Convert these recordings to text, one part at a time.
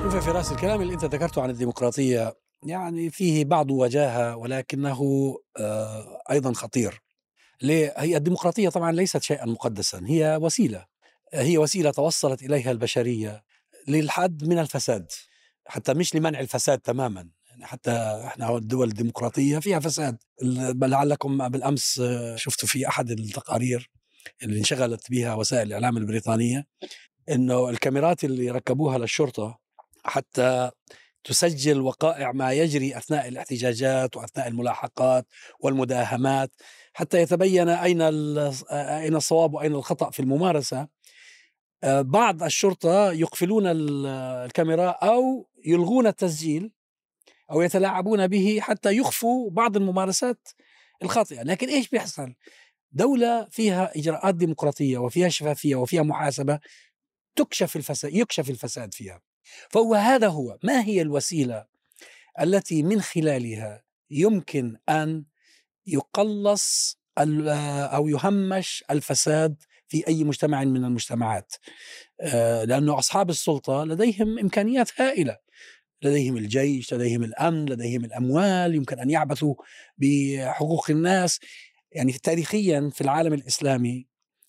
شوف يا فراس، الكلام اللي أنت ذكرته عن الديمقراطية يعني فيه بعض وجاهة، ولكنه أيضا خطير. ليه؟ هي الديمقراطية طبعا ليست شيئا مقدسا، هي وسيلة، هي وسيلة توصلت إليها البشرية للحد من الفساد، حتى مش لمنع الفساد تماما. يعني حتى احنا الدول الديمقراطية فيها فساد. لعلكم بالأمس شفتوا في أحد التقارير اللي انشغلت بها وسائل الإعلام البريطانية إنه الكاميرات اللي ركبوها للشرطة حتى تسجل وقائع ما يجري أثناء الاحتجاجات وأثناء الملاحقات والمداهمات، حتى يتبين أين الصواب وأين الخطأ في الممارسة. بعض الشرطة يقفلون الكاميرا أو يلغون التسجيل أو يتلاعبون به حتى يخفوا بعض الممارسات الخاطئة. لكن إيش بيحصل؟ دولة فيها إجراءات ديمقراطية وفيها شفافية وفيها محاسبة يكشف الفساد فيها. فهو هذا هو، ما هي الوسيلة التي من خلالها يمكن أن يقلص أو يهمش الفساد في أي مجتمع من المجتمعات؟ لأنه أصحاب السلطة لديهم إمكانيات هائلة، لديهم الجيش، لديهم الأمن، لديهم الأموال، يمكن أن يعبثوا بحقوق الناس. يعني تاريخيا في العالم الإسلامي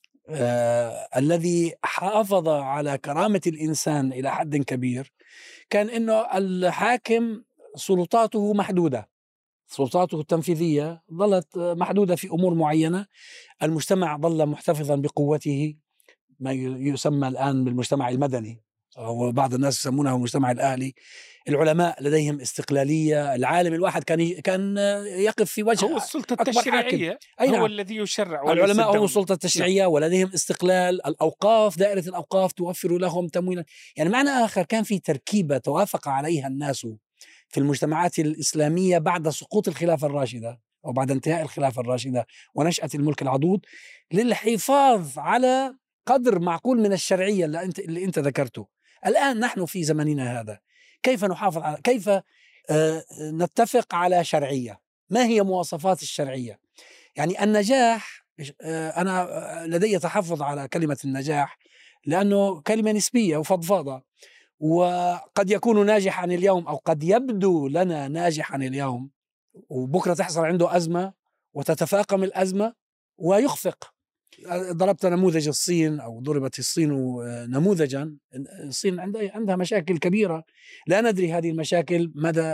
الذي حافظ على كرامة الإنسان إلى حد كبير كان إنه الحاكم سلطاته محدودة، سلطاته التنفيذية ظلت محدودة في أمور معينة. المجتمع ظل محتفظا بقوته، ما يسمى الآن بالمجتمع المدني، وبعض الناس يسمونه المجتمع الأهلي. العلماء لديهم استقلالية، العالم الواحد كان يقف في وجه هو السلطة التشريعية، هو الذي يشرع. العلماء هم السلطة التشريعية ولديهم استقلال. الأوقاف، دائرة الأوقاف توفر لهم تمويلا. يعني معنى آخر كان في تركيبة توافق عليها الناس في المجتمعات الإسلامية بعد سقوط الخلافة الراشدة أو بعد انتهاء الخلافة الراشدة ونشأة الملك العضوض، للحفاظ على قدر معقول من الشرعية اللي أنت ذكرته. الآن نحن في زمننا هذا كيف نحافظ على، كيف نتفق على شرعية؟ ما هي مواصفات الشرعية؟ يعني النجاح، أنا لدي تحفظ على كلمة النجاح لأنه كلمة نسبية وفضفاضة، وقد يكون ناجحا اليوم أو قد يبدو لنا ناجحا اليوم، وبكرة تحصل عنده أزمة وتتفاقم الأزمة ويخفق. ضربت نموذج الصين أو ضربت الصين نموذجا. الصين عندها مشاكل كبيرة، لا ندري هذه المشاكل مدى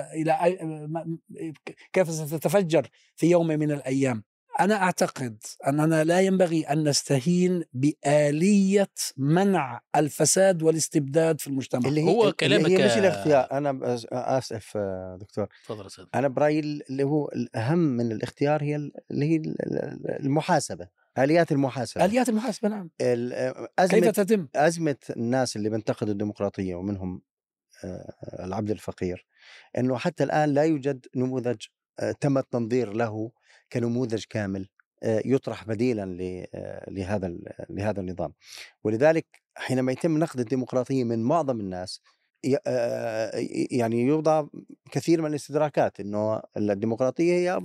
كيف ستتفجر في يوم من الأيام. أنا أعتقد أننا لا ينبغي أن نستهين بآلية منع الفساد والاستبداد في المجتمع. هو كلامك هي مش الاختيار. أنا آسف دكتور، تفضل. أنا برأيي اللي هو الأهم من الاختيار هي اللي هي المحاسبة، آليات المحاسبة. نعم. كيف تتم أزمة الناس اللي بينتقدوا الديمقراطية ومنهم العبد الفقير، أنه حتى الآن لا يوجد نموذج تم التنظير له كنموذج كامل يطرح بديلا لهذا النظام. ولذلك حينما يتم نقد الديمقراطية من معظم الناس يعني يوضع كثير من الاستدراكات أنه الديمقراطية هي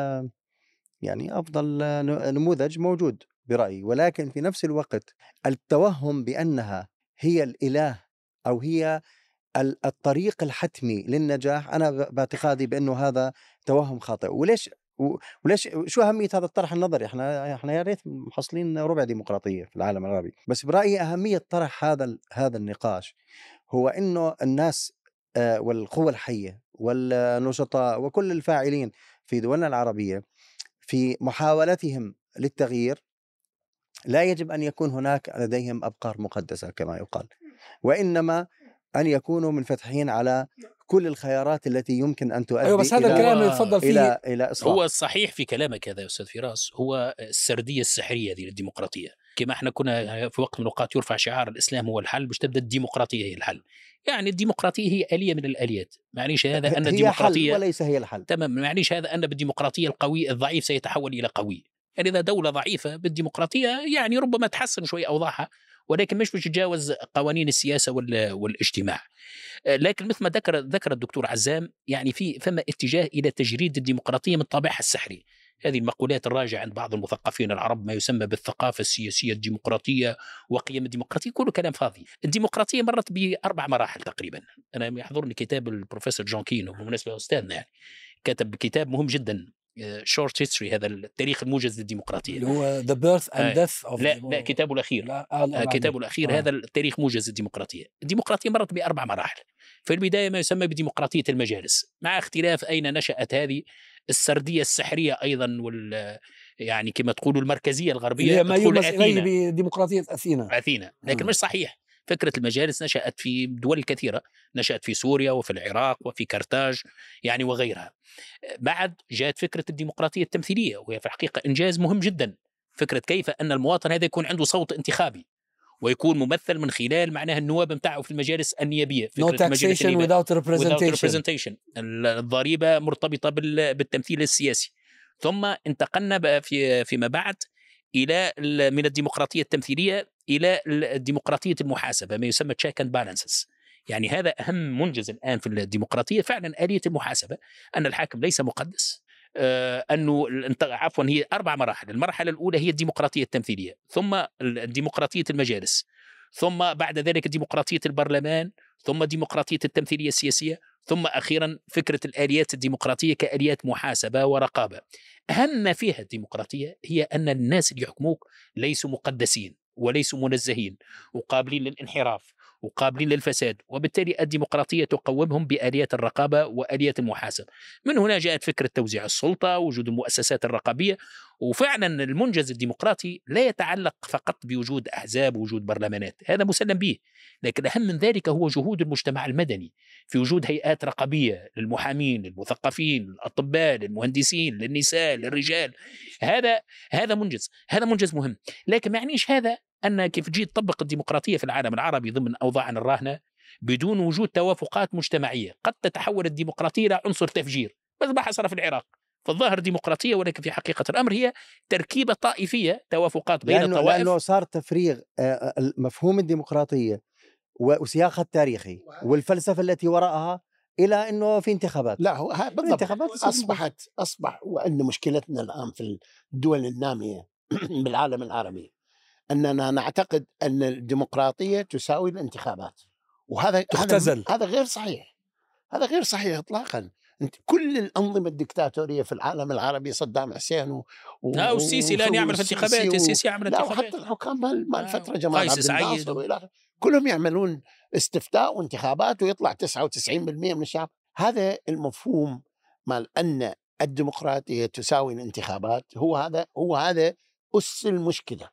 أفضل نموذج موجود برأيي. ولكن في نفس الوقت التوهم بأنها هي الإله أو هي الطريق الحتمي للنجاح، أنا باعتقادي بأنه هذا توهم خاطئ. وليش شو أهمية هذا الطرح النظري؟ احنا يا ريت محصلين ربع ديمقراطية في العالم العربي. بس برأيي أهمية طرح هذا النقاش هو إنه الناس والقوى الحية والنشطاء وكل الفاعلين في دولنا العربية في محاولتهم للتغيير لا يجب أن يكون هناك لديهم أبقار مقدسة كما يقال، وإنما أن يكونوا منفتحين على كل الخيارات التي يمكن أن تؤدي بس هذا الكلام يتفضل فيه إلى إصلاح. هو الصحيح في كلامك هذا يا أستاذ فراس، هو السردية السحرية هذه للديمقراطية. كما احنا كنا في وقت من الأوقات يرفع شعار الإسلام هو الحل، مش تبدأ الديمقراطية هي الحل. يعني الديمقراطية هي آلية من الآليات، معنيش هذا أن الديمقراطية وليس هي الحل. تمام، معنيش هذا أن بالديمقراطية القوي الضعيف سيتحول إلى قوي. يعني إذا دولة ضعيفة بالديمقراطية يعني ربما تحسن شوي أوضاعها، ولكن مش تتجاوز قوانين السياسة والاجتماع. لكن مثل ما ذكر الدكتور عزام، يعني فما اتجاه إلى تجريد الديمقراطية من طابعها السحري. هذه المقولات الراجعة عند بعض المثقفين العرب، ما يسمى بالثقافة السياسية الديمقراطية وقيم الديمقراطية، كله كلام فاضي. الديمقراطية مرت ب4 مراحل تقريبا. أنا يحضرني كتاب البروفيسور جون كين، بالمناسبة أستاذنا يعني، كتب كتاب مهم جدا، شورت هيستوري، هذا التاريخ الموجز للديمقراطية، اللي هو The Birth and Death of لا كتابه الأخير. لا الله كتابه عليك. الأخير هذا التاريخ موجز الديمقراطية. الديمقراطية مرت ب4 مراحل. في البداية ما يسمى بديمقراطية المجالس، مع اختلاف أين نشأت هذه السردية السحرية أيضا، يعني كما تقولوا المركزية الغربية، اللي ما يرمز إليه بديمقراطية أثينا. لكن مش صحيح. فكرة المجالس نشأت في دول كثيرة، نشأت في سوريا وفي العراق وفي كرتاج يعني وغيرها. بعد جاءت فكرة الديمقراطية التمثيلية، وهي في الحقيقة إنجاز مهم جدا. فكرة كيف أن المواطن هذا يكون عنده صوت انتخابي ويكون ممثل من خلال معناها النواب متاعه في المجالس النيابية. No taxation without representation. الضريبة مرتبطة بالتمثيل السياسي. ثم انتقلنا بقى فيما بعد إلى من الديمقراطية التمثيلية إلى الديمقراطية المحاسبة، ما يسمى check and balances. يعني هذا أهم منجز الآن في الديمقراطية فعلا، آلية المحاسبة، أن الحاكم ليس مقدس، أنه عفوا هي 4 مراحل. المرحلة الأولى هي الديمقراطية التمثيلية، ثم الديمقراطية المجالس، ثم بعد ذلك ديمقراطية البرلمان، ثم ديمقراطية التمثيلية السياسية، ثم أخيرا فكرة الآليات الديمقراطية كآليات محاسبة ورقابة. أهم ما فيها الديمقراطية هي أن الناس اللي يحكموك ليسوا مقدسين وليسوا منزهين وقابلين للانحراف وقابلين للفساد، وبالتالي الديمقراطية تقومهم بآليات الرقابة وآليات المحاسبة. من هنا جاءت فكرة توزيع السلطة، وجود المؤسسات الرقابية. وفعلا المنجز الديمقراطي لا يتعلق فقط بوجود أحزاب ووجود برلمانات، هذا مسلم به، لكن أهم من ذلك هو جهود المجتمع المدني في وجود هيئات رقابية للمحامين، للمثقفين، للأطباء، للمهندسين، للنساء، للرجال. هذا منجز مهم. لكن ما يعنيش هذا أن كيف جيت تطبق الديمقراطية في العالم العربي ضمن أوضاعنا الراهنة بدون وجود توافقات مجتمعية، قد تتحول الديمقراطية إلى عنصر تفجير، بس ما حصل في العراق. فالظاهر ديمقراطية، ولكن في حقيقة الأمر هي تركيبة طائفية، توافقات بين الطوائف. لأنه صار تفريغ مفهوم الديمقراطية وسياقها التاريخي والفلسفة التي وراءها إلى أنه في انتخابات. لا هو بالضبط أصبح وأن مشكلتنا الآن في الدول النامية بالعالم العربي أننا نعتقد أن الديمقراطية تساوي الانتخابات، وهذا تختزل. هذا غير صحيح. هذا غير صحيح إطلاقا. كل الأنظمة الدكتاتورية في العالم العربي، صدام حسين والسيسي لن يعمل في انتخابات، السيسي يعمل انتخابات، وحتى الحكام مال فترة جمال عبد سعيد الناصر كلهم يعملون استفتاء وانتخابات ويطلع 99% من الشعب. هذا المفهوم مال أن الديمقراطية تساوي الانتخابات هو هذا أس المشكلة.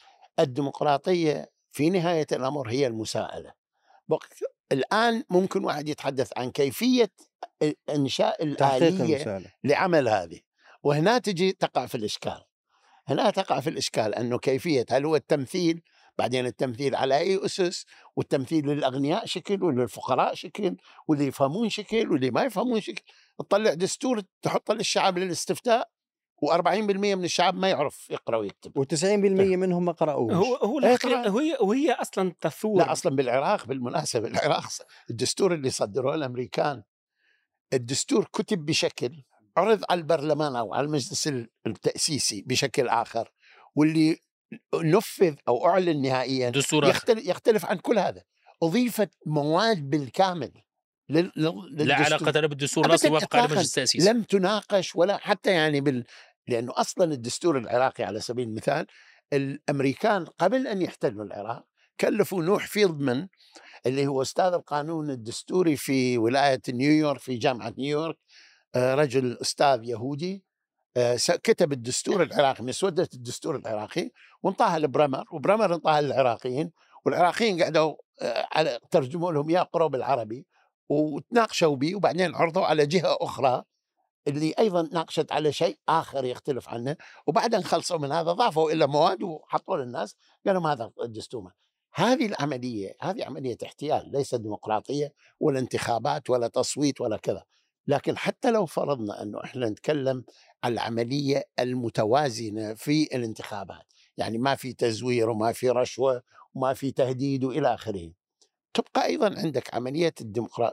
الديمقراطية في نهاية الأمر هي المساءلة. الآن ممكن واحد يتحدث عن كيفية إنشاء الآلية لعمل هذه، وهنا تقع في الإشكال. أنه كيفية، هل هو التمثيل، بعدين التمثيل على أي أسس، والتمثيل للأغنياء شكل وللفقراء شكل، واللي يفهمون شكل واللي ما يفهمون شكل. تطلع دستور تحطه للشعب للاستفتاء و40% من الشعب ما يعرف يقرأ ويكتب، و90% منهم ما قرأوش. وهي أصلا تثور. لا أصلا بالعراق، بالمناسبة العراق الدستور اللي صدروه الأمريكان، الدستور كتب بشكل، عرض على البرلمان أو على المجلس التأسيسي بشكل آخر، واللي نفذ أو أعلن نهائيا يختلف عن كل هذا. أضيفت مواد بالكامل لا علاقة له بالدستور الأصلي وفق على المجلس التأسيسي، لم تناقش ولا حتى يعني لأنه أصلا الدستور العراقي على سبيل المثال، الأمريكان قبل أن يحتلوا العراق كلفوا نوح فيلدمان اللي هو أستاذ القانون الدستوري في ولاية نيويورك في جامعة نيويورك، رجل أستاذ يهودي، كتب الدستور العراقي، مسودة الدستور العراقي، وانطاها لبرمر، وبرمر انطاها للعراقيين، والعراقيين قعدوا ترجموا لهم يقرأوا بالعربي وتناقشوا به، وبعدين عرضوا على جهة أخرى اللي أيضا ناقشت على شيء آخر يختلف عنه، وبعدين خلصوا من هذا ضافوا إلى مواد وحطوا للناس قالوا هذا الدستور. هذه العملية هذه عملية احتيال، ليست ديمقراطية ولا انتخابات ولا تصويت ولا كذا. لكن حتى لو فرضنا أنه إحنا نتكلم عن العملية المتوازنة في الانتخابات، يعني ما في تزوير وما في رشوة وما في تهديد وإلى آخره، تبقى أيضا عندك عملية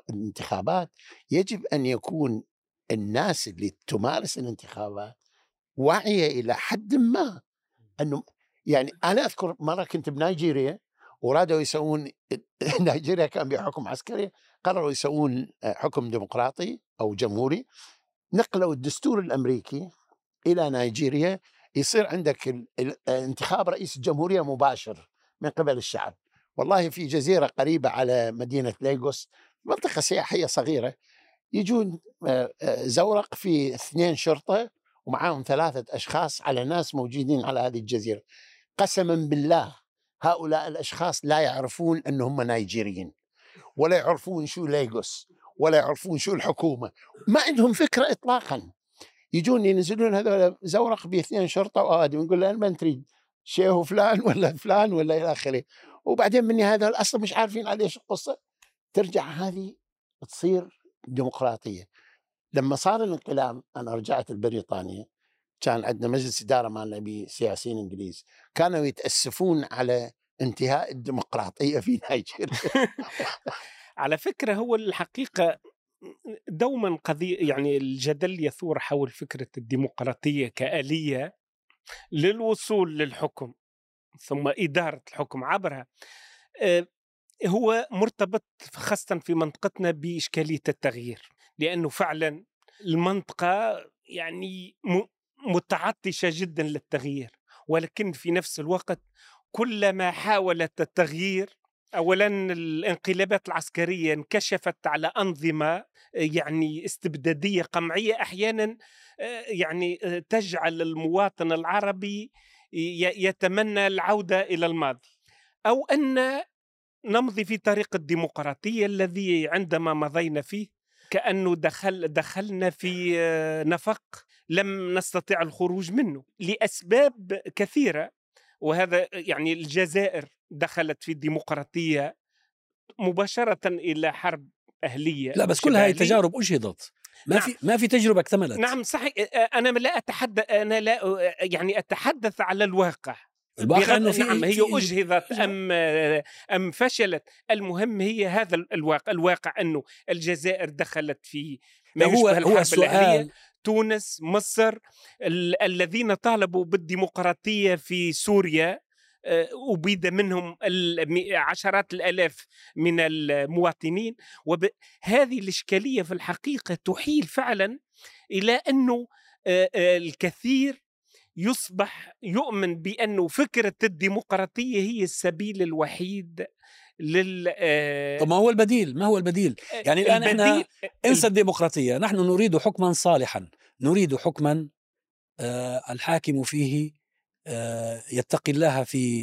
الانتخابات. يجب أن يكون الناس اللي تمارس الانتخابات واعية إلى حد ما أنه يعني أنا أذكر مرة كنت بنيجيريا ورادوا يسوون نيجيريا كان بحكم عسكري، قرروا يسوون حكم ديمقراطي أو جمهوري، نقلوا الدستور الأمريكي إلى نيجيريا، يصير عندك انتخاب رئيس الجمهورية مباشر من قبل الشعب. والله في جزيرة قريبة على مدينة ليغوس، منطقة سياحية صغيرة، يجون زورق في 2 شرطة ومعاهم 3 أشخاص على ناس موجودين على هذه الجزيرة. قسما بالله هؤلاء الأشخاص لا يعرفون أنهم نيجيريين، ولا يعرفون شو ليغوس، ولا يعرفون شو الحكومة، ما عندهم فكرة إطلاقا. يجون ينزلون هذول زورق ب2 شرطة وآدي، ونقول له ما تريد شيخ فلان ولا فلان ولا إلى آخره، وبعدين مني هذا الأصل مش عارفين عليه شو القصة. ترجع هذه تصير ديمقراطية. لما صار الانقلاب أنا رجعت لبريطانيا، كان عندنا مجلس إدارة مالنا بسياسيين إنجليز، كانوا يتأسفون على انتهاء الديمقراطية في نيجيريا. على فكرة هو الحقيقة دوما قضية، يعني الجدل يثور حول فكرة الديمقراطية كآلية للوصول للحكم ثم إدارة الحكم عبرها. هو مرتبط خاصة في منطقتنا بإشكالية التغيير، لأنه فعلا المنطقة يعني متعطشة جدا للتغيير، ولكن في نفس الوقت كلما حاولت التغيير، أولا الانقلابات العسكرية انكشفت على أنظمة يعني استبدادية قمعية أحيانا يعني تجعل المواطن العربي يتمنى العودة إلى الماضي، أو أن نمضي في طريق الديمقراطية الذي عندما مضينا فيه كأنه دخلنا في نفق لم نستطيع الخروج منه لأسباب كثيرة. وهذا يعني الجزائر دخلت في الديمقراطية مباشرة إلى حرب أهلية. لا بس كل هاي التجارب أجهضت، ما في تجربة اكتملت. نعم صحيح. أنا لا أتحدث على الواقع إنه نعم هي أجهضت أم فشلت. المهم هي هذا الواقع أنه الجزائر دخلت في ما يشبه الحرب الأهلية، تونس، مصر، الذين طالبوا بالديمقراطية في سوريا أبيد منهم عشرات الآلاف من المواطنين. وهذه الإشكالية في الحقيقة تحيل فعلا إلى أنه الكثير يصبح يؤمن بأنه فكرة الديمقراطية هي السبيل الوحيد طب ما هو البديل؟ يعني الآن احنا انسى الديمقراطية، نحن نريد حكما صالحا، نريد حكما الحاكم فيه يتقي الله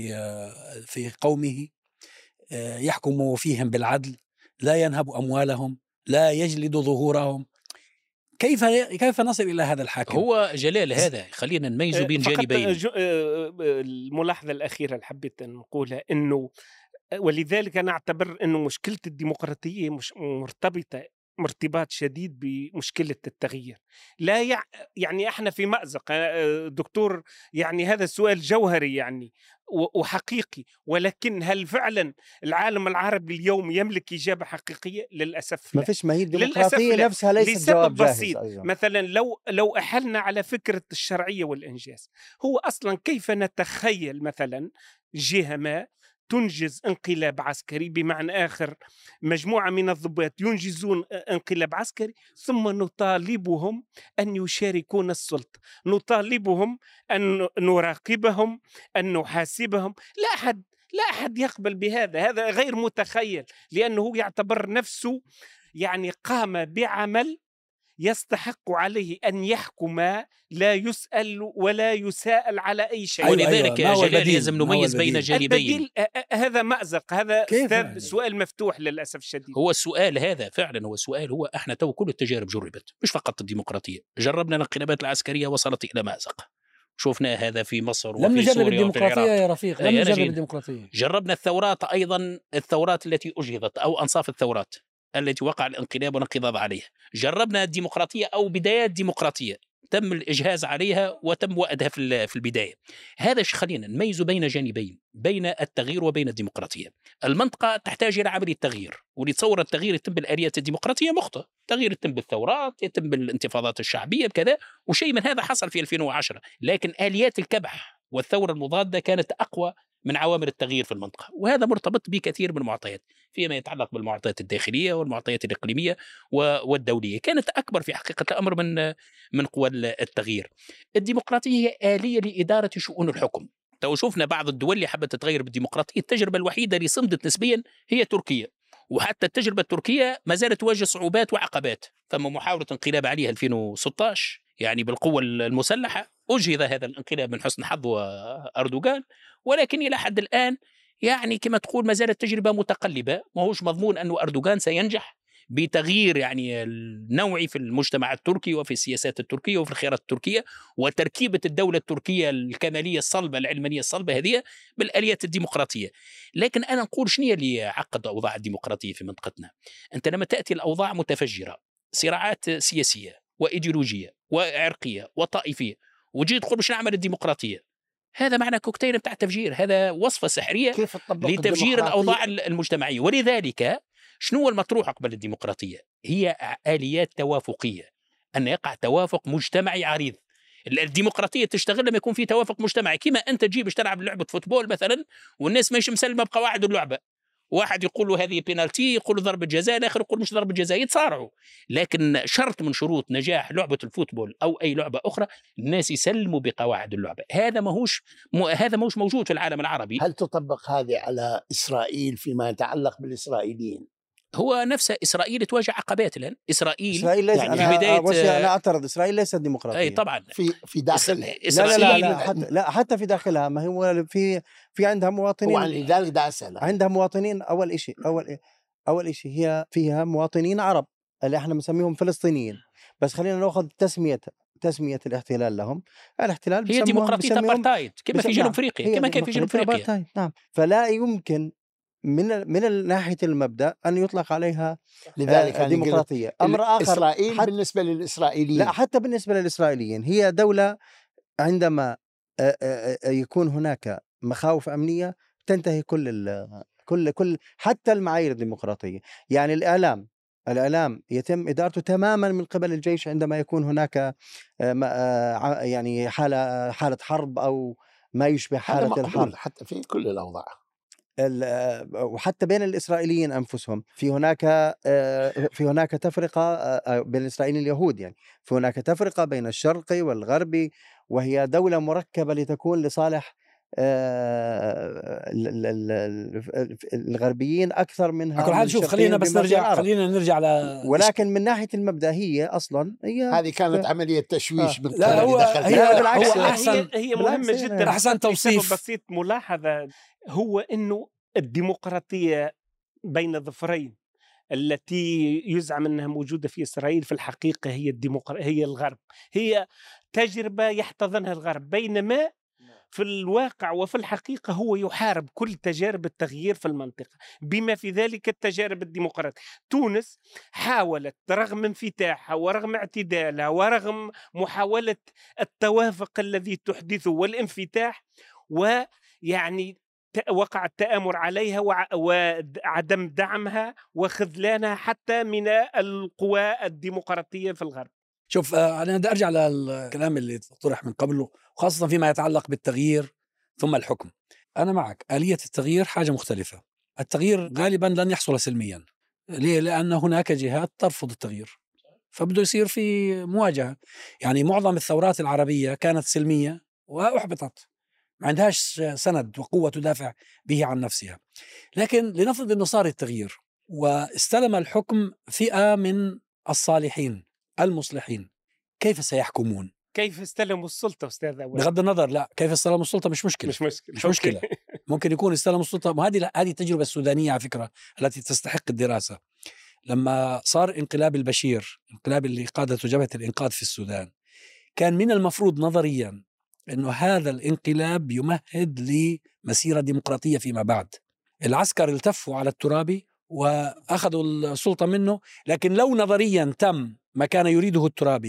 في قومه، يحكم فيهم بالعدل، لا ينهب أموالهم، لا يجلد ظهورهم. كيف نصل إلى هذا الحاكم؟ هو جلال هذا خلينا نميز بين جانبين. الملاحظة الأخيرة اللي حبيت أن نقولها أنه ولذلك أنا أعتبر أنه مشكلة الديمقراطية مش مرتبطة ارتباط شديد بمشكلة التغيير. لا يعني احنا في مأزق دكتور، يعني هذا السؤال جوهري يعني وحقيقي، ولكن هل فعلا العالم العربي اليوم يملك إجابة حقيقية؟ للأسف ما فيش. ما هي الديمقراطية نفسها ليست جواب جاهز بسيط. مثلا لو أحلنا على فكرة الشرعية والإنجاز، هو أصلا كيف نتخيل مثلا جهة ما تنجز انقلاب عسكري، بمعنى آخر مجموعة من الضباط ينجزون انقلاب عسكري ثم نطالبهم أن يشاركون السلطة، نطالبهم أن نراقبهم، أن نحاسبهم. لا أحد يقبل بهذا، هذا غير متخيل، لأنه يعتبر نفسه يعني قام بعمل يستحق عليه أن يحكم، لا يسأل ولا يساءل على أي شيء. ولذلك يا جلال لازم نميز بين جانبين. هذا مأزق، هذا أستاذ سؤال مفتوح للأسف الشديد. هو السؤال هذا فعلا هو سؤال، هو احنا تو كل التجارب جربت، مش فقط الديمقراطية، جربنا الانقلابات العسكرية وصلت إلى مأزق، شوفنا هذا في مصر لم وفي نجرب سوريا الديمقراطية وفي يا رفيق، لم نجرب الديمقراطية. جربنا الثورات أيضا، الثورات التي أجهضت أو أنصاف الثورات التي وقع الانقلاب والانقضاض عليها. جربنا الديمقراطية أو بدايات ديمقراطية، تم الإجهاز عليها وتم وأدها في البداية. هذا خلينا نميز بين جانبين، بين التغيير وبين الديمقراطية. المنطقة تحتاج إلى عملية تغيير، ولتصور التغيير يتم بالآليات الديمقراطية مخطئ. التغيير يتم بالثورات، يتم بالانتفاضات الشعبية بكذا، وشيء من هذا حصل في 2010. لكن آليات الكبح والثورة المضادة كانت أقوى من عوامل التغيير في المنطقة، وهذا مرتبط بكثير من المعطيات فيما يتعلق بالمعطيات الداخلية والمعطيات الإقليمية والدولية، كانت أكبر في حقيقة الأمر من قوى التغيير. الديمقراطية هي آلية لإدارة شؤون الحكم. تو شوفنا بعض الدول اللي حبت تتغير بالديمقراطية، التجربة الوحيدة اللي صمدت نسبيا هي تركيا، وحتى التجربة التركية ما زالت تواجه صعوبات وعقبات. ثم محاولة انقلاب عليها 2016 يعني بالقوة المسلحة، أجهض هذا الانقلاب من حسن حظ أردوغان، ولكن إلى حد الآن يعني كما تقول ما زالت تجربة متقلبة. ما هوش مضمون أن أردوغان سينجح بتغيير يعني النوعي في المجتمع التركي وفي السياسات التركية وفي الخيارات التركية وتركيبة الدولة التركية الكمالية الصلبة العلمانية الصلبة هذه بالآليات الديمقراطية. لكن أنا نقول شنو اللي عقد أوضاع الديمقراطية في منطقتنا؟ أنت لما تأتي الأوضاع متفجرة، صراعات سياسية وإيديولوجية وعرقية وطائفية، وجيت تقول باش نعمل الديمقراطية، هذا معنى كوكتيل بتاع تفجير، هذا وصفة سحرية كيف تطبق لتفجير الأوضاع المجتمعية. ولذلك شنو هو المطروح قبل الديمقراطية؟ هي آليات توافقية، أن يقع توافق مجتمعي عريض. الديمقراطية تشتغل لما يكون في توافق مجتمعي. كما أنت تجيب تلعب لعبة فوتبول مثلا والناس مش مسلمة بقواعد اللعبة، واحد يقول له هذه بينالتي، يقول له ضربة جزاء، الآخر يقول مش ضربة جزاء، يتصارعوا. لكن شرط من شروط نجاح لعبة الفوتبول أو أي لعبة أخرى الناس يسلموا بقواعد اللعبة. هذا ماهوش موجود في العالم العربي. هل تطبق هذه على إسرائيل فيما يتعلق بالإسرائيليين؟ هو نفس إسرائيل تواجه عقبات الآن. إسرائيل ليس يعني أنا في بداية أنا أعترض، إسرائيل ليست ديمقراطية. أي طبعا في داخلها. لا حتى في داخلها، ما هو في عندها مواطنين. لذلك دا أسأل، عندها مواطنين. أول شيء هي فيها مواطنين عرب اللي احنا بنسميهم فلسطينيين، بس خلينا نأخذ تسمية الاحتلال لهم. الاحتلال هي ديمقراطية أبرتايد كما في جنوب أفريقيا، كما كان في جنوب أفريقيا. نعم. فلا يمكن من ناحية المبدأ أن يطلق عليها لذلك ديمقراطية. أمر آخر إسرائيل بالنسبة للإسرائيليين، لا حتى بالنسبة للإسرائيليين هي دولة عندما يكون هناك مخاوف أمنية تنتهي كل حتى المعايير الديمقراطية. يعني الإعلام يتم إدارته تماما من قبل الجيش عندما يكون هناك يعني حالة حرب أو ما يشبه حالة الحرب، حتى في كل الأوضاع. وحتى بين الإسرائيليين أنفسهم في هناك تفرقة بين الإسرائيليين اليهود. يعني في هناك تفرقة بين الشرقي والغربي، وهي دولة مركبة لتكون لصالح الغربيين أكثر منها من شوف خلينا نرجع ولكن من ناحية المبدأ هي أصلا هذه كانت عملية تشويش من لا هي بالعكس هي مهمة جدا. أحسن توصيف بسيط ملاحظة هو أنه الديمقراطية بين ظفرين التي يزعم أنها موجودة في إسرائيل في الحقيقة هي الغرب، هي تجربة يحتضنها الغرب، بينما في الواقع وفي الحقيقة هو يحارب كل تجارب التغيير في المنطقة بما في ذلك التجارب الديمقراطية. تونس حاولت رغم انفتاحها ورغم اعتدالها ورغم محاولة التوافق الذي تحدثه والانفتاح، ويعني وقع التآمر عليها وعدم دعمها وخذلانها حتى من القوى الديمقراطية في الغرب. شوف أنا بدي أرجع للكلام اللي طرح من قبله، وخاصة فيما يتعلق بالتغيير ثم الحكم. أنا معك، آلية التغيير حاجة مختلفة. التغيير غالبا لن يحصل سلميا. ليه؟ لأن هناك جهات ترفض التغيير، فبده يصير في مواجهة. يعني معظم الثورات العربية كانت سلمية وأحبطت، ما عندهاش سند وقوة تدافع به عن نفسها. لكن لنفرض أنه صار التغيير واستلم الحكم فئة من الصالحين المصلحين، كيف سيحكمون؟ كيف استلموا السلطة أستاذ أول؟ بغض النظر، لا كيف استلموا السلطة مش مشكلة. ممكن يكون استلموا السلطة. وهذه التجربة السودانية على فكرة التي تستحق الدراسة. لما صار انقلاب البشير، انقلاب اللي قادته جبهة الإنقاذ في السودان، كان من المفروض نظريا أنه هذا الانقلاب يمهد لمسيرة ديمقراطية فيما بعد. العسكر التفوا على الترابي وأخذوا السلطة منه، لكن لو نظريا تم ما كان يريده الترابي،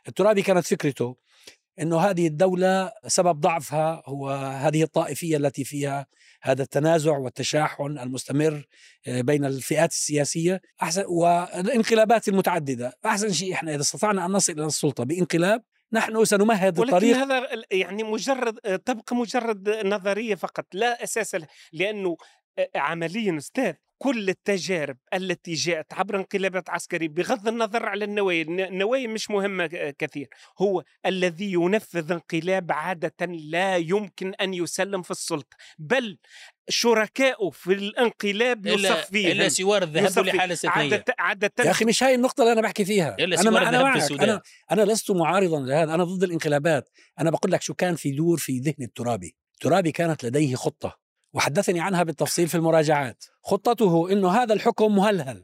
الترابي كانت فكرته أنه هذه الدولة سبب ضعفها هو هذه الطائفية التي فيها هذا التنازع والتشاحن المستمر بين الفئات السياسية والانقلابات المتعددة. أحسن شيء إحنا إذا استطعنا أن نصل إلى السلطة بانقلاب نحن سنمهد ولكن الطريق. هذا يعني تبقى مجرد نظرية فقط لا أساس له، لأنه عمليا أستاذ كل التجارب التي جاءت عبر انقلابات عسكرية بغض النظر على النوايا مش مهمة كثير، هو الذي ينفذ انقلاب عادة لا يمكن أن يسلم في السلطة، بل شركائه في الانقلاب يصفيه إلا سوار الذهاب لحالة استثنائية. عادة يا أخي مش هاي النقطة اللي أنا بحكي فيها. أنا معك، أنا لست معارضا لهذا، أنا ضد الانقلابات. أنا بقول لك شو كان يدور في ذهن الترابي كانت لديه خطة وحدثني عنها بالتفصيل في المراجعات. خطته إنه هذا الحكم مهلهل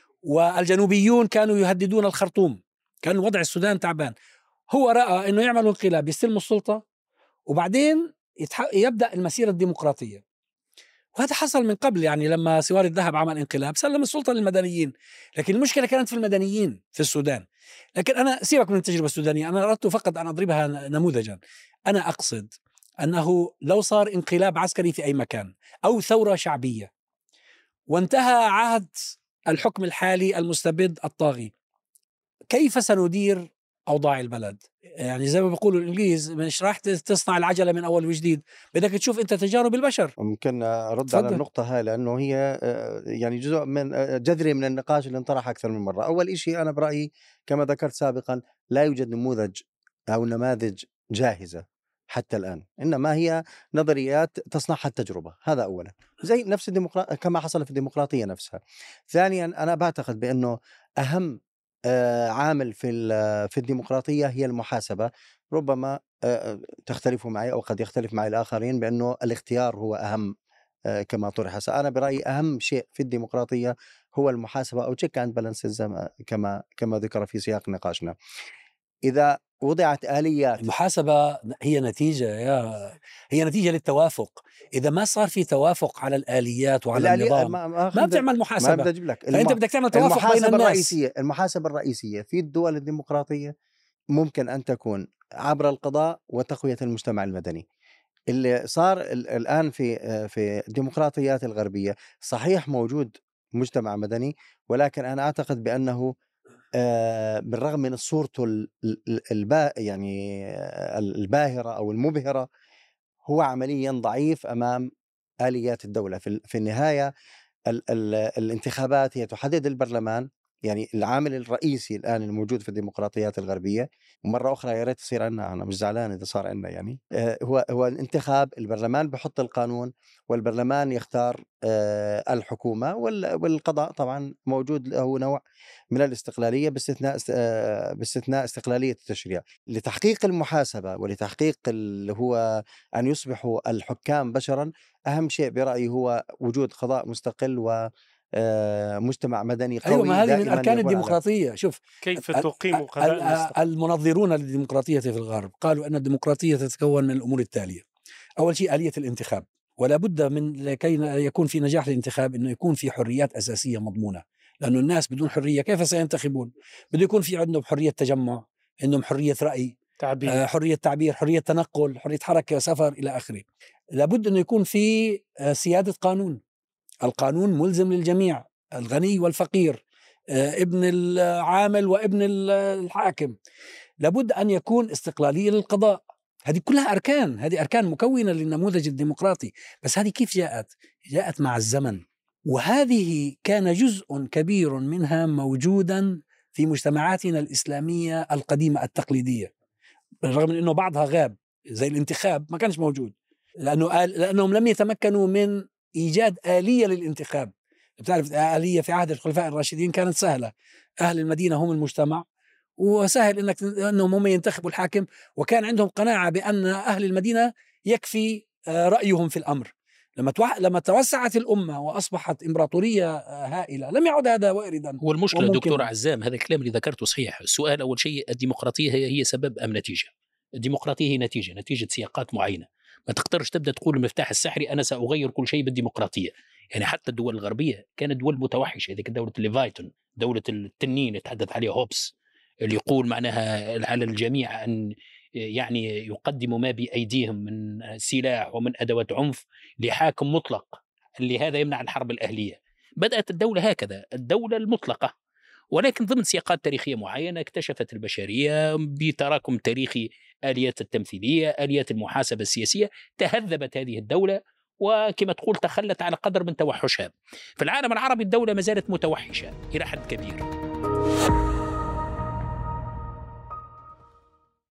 والجنوبيون كانوا يهددون الخرطوم، كان وضع السودان تعبان. هو رأى إنه يعملوا انقلاب يستلموا السلطة وبعدين يبدأ المسيرة الديمقراطية، وهذا حصل من قبل. يعني لما سوار الذهب عمل انقلاب سلم السلطة للمدنيين، لكن المشكلة كانت في المدنيين في السودان. لكن أنا سيبك من التجربة السودانية، أنا أردت فقط أن أضربها نموذجا. أنا أقصد أنه لو صار انقلاب عسكري في أي مكان أو ثورة شعبية وانتهى عهد الحكم الحالي المستبد الطاغي، كيف سندير أوضاع البلد؟ يعني زي ما بيقولوا الإنجليز، مش راح تصنع العجلة من أول وجديد، بدك تشوف أنت تجارب البشر. ممكن أرد على النقطة هاي لأنه هي يعني جزء من جذري من النقاش اللي انطرح أكثر من مرة. أول شيء أنا برأيي كما ذكرت سابقا لا يوجد نموذج أو نماذج جاهزة حتى الآن، إنما هي نظريات تصنعها التجربة. هذا أولا، زي نفس كما حصل في الديمقراطية نفسها. ثانيا أنا بعتقد بأنه أهم عامل في الديمقراطية هي المحاسبة. ربما تختلفوا معي أو قد يختلف معي الآخرين بأنه الاختيار هو أهم كما طرح. أنا برأيي أهم شيء في الديمقراطية هو المحاسبة أو تشيك أند بالانسز كما ذكر في سياق نقاشنا. إذا وضعت آليات المحاسبة هي نتيجة للتوافق. إذا ما صار في توافق على الآليات وعلى النظام ما بتعمل محاسبة. فأنت بدك تعمل توافق بين الناس. المحاسبة الرئيسية في الدول الديمقراطية ممكن أن تكون عبر القضاء وتقوية المجتمع المدني. اللي صار الآن في الديمقراطيات الغربية صحيح موجود مجتمع مدني، ولكن أنا أعتقد بأنه بالرغم من صورته يعني الباهرة أو المبهرة هو عمليا ضعيف أمام آليات الدولة. في النهاية الانتخابات هي تحدد البرلمان، يعني العامل الرئيسي الآن الموجود في الديمقراطيات الغربية. ومرة أخرى يا ريت تصير عنا، أنا مش زعلان إذا صار عنا، يعني هو الانتخاب. البرلمان بحط القانون والبرلمان يختار الحكومة، والقضاء طبعا موجود له نوع من الاستقلالية باستثناء استقلالية التشريع. لتحقيق المحاسبة ولتحقيق اللي هو أن يصبحوا الحكام بشرا، أهم شيء برأيي هو وجود قضاء مستقل ومجتمع مدني قوي. أيوة، ما هذه من أركان الديمقراطية. شوف كيف تقيم قضاء المنظرون للديمقراطية في الغرب قالوا أن الديمقراطية تتكون من الأمور التالية. أول شيء آلية الانتخاب، ولا بد من لكي يكون في نجاح الانتخاب أنه يكون في حريات أساسية مضمونة، لأنه الناس بدون حرية كيف سينتخبون؟ بده يكون في عندهم حرية تجمع، عندهم حرية رأي، حرية تعبير، حرية تنقل، حرية حركة، سفر إلى آخره. لابد أنه يكون في سيادة قانون. القانون ملزم للجميع، الغني والفقير، ابن العامل وابن الحاكم. لابد أن يكون استقلالية للقضاء. هذه كلها أركان، هذه أركان مكونة للنموذج الديمقراطي. بس هذه كيف جاءت مع الزمن، وهذه كان جزء كبير منها موجودا في مجتمعاتنا الإسلامية القديمة التقليدية، بالرغم من أنه بعضها غاب. زي الانتخاب ما كانش موجود لأنهم لم يتمكنوا من إيجاد آلية للانتخاب. بتعرف آلية في عهد الخلفاء الراشدين كانت سهلة، أهل المدينة هم المجتمع، وسهل أنهم هم ينتخبوا الحاكم، وكان عندهم قناعة بأن أهل المدينة يكفي رأيهم في الأمر. لما توسعت الأمة وأصبحت إمبراطورية هائلة لم يعد هذا واردا. والمشكلة دكتور عزام، هذا الكلام اللي ذكرته صحيح. السؤال أول شيء، الديمقراطية هي سبب أم نتيجة؟ الديمقراطية هي نتيجة سياقات معينة. ما تقدرش تبدأ تقول المفتاح السحري أنا سأغير كل شيء بالديمقراطية. يعني حتى الدول الغربية كانت دول متوحشة، إذا كانت دولة الليفايتون، دولة التنين يتحدث عليها هوبس، اللي يقول معناها على الجميع أن يعني يقدموا ما بأيديهم من سلاح ومن أدوات عنف لحاكم مطلق، اللي هذا يمنع الحرب الأهلية. بدأت الدولة هكذا، الدولة المطلقة، ولكن ضمن سياقات تاريخية معينة اكتشفت البشرية بتراكم تاريخي آليات التمثيلية، آليات المحاسبة السياسية، تهذبت هذه الدولة وكما تقول تخلت على قدر من توحشها. في العالم العربي الدولة ما زالت متوحشة إلى حد كبير.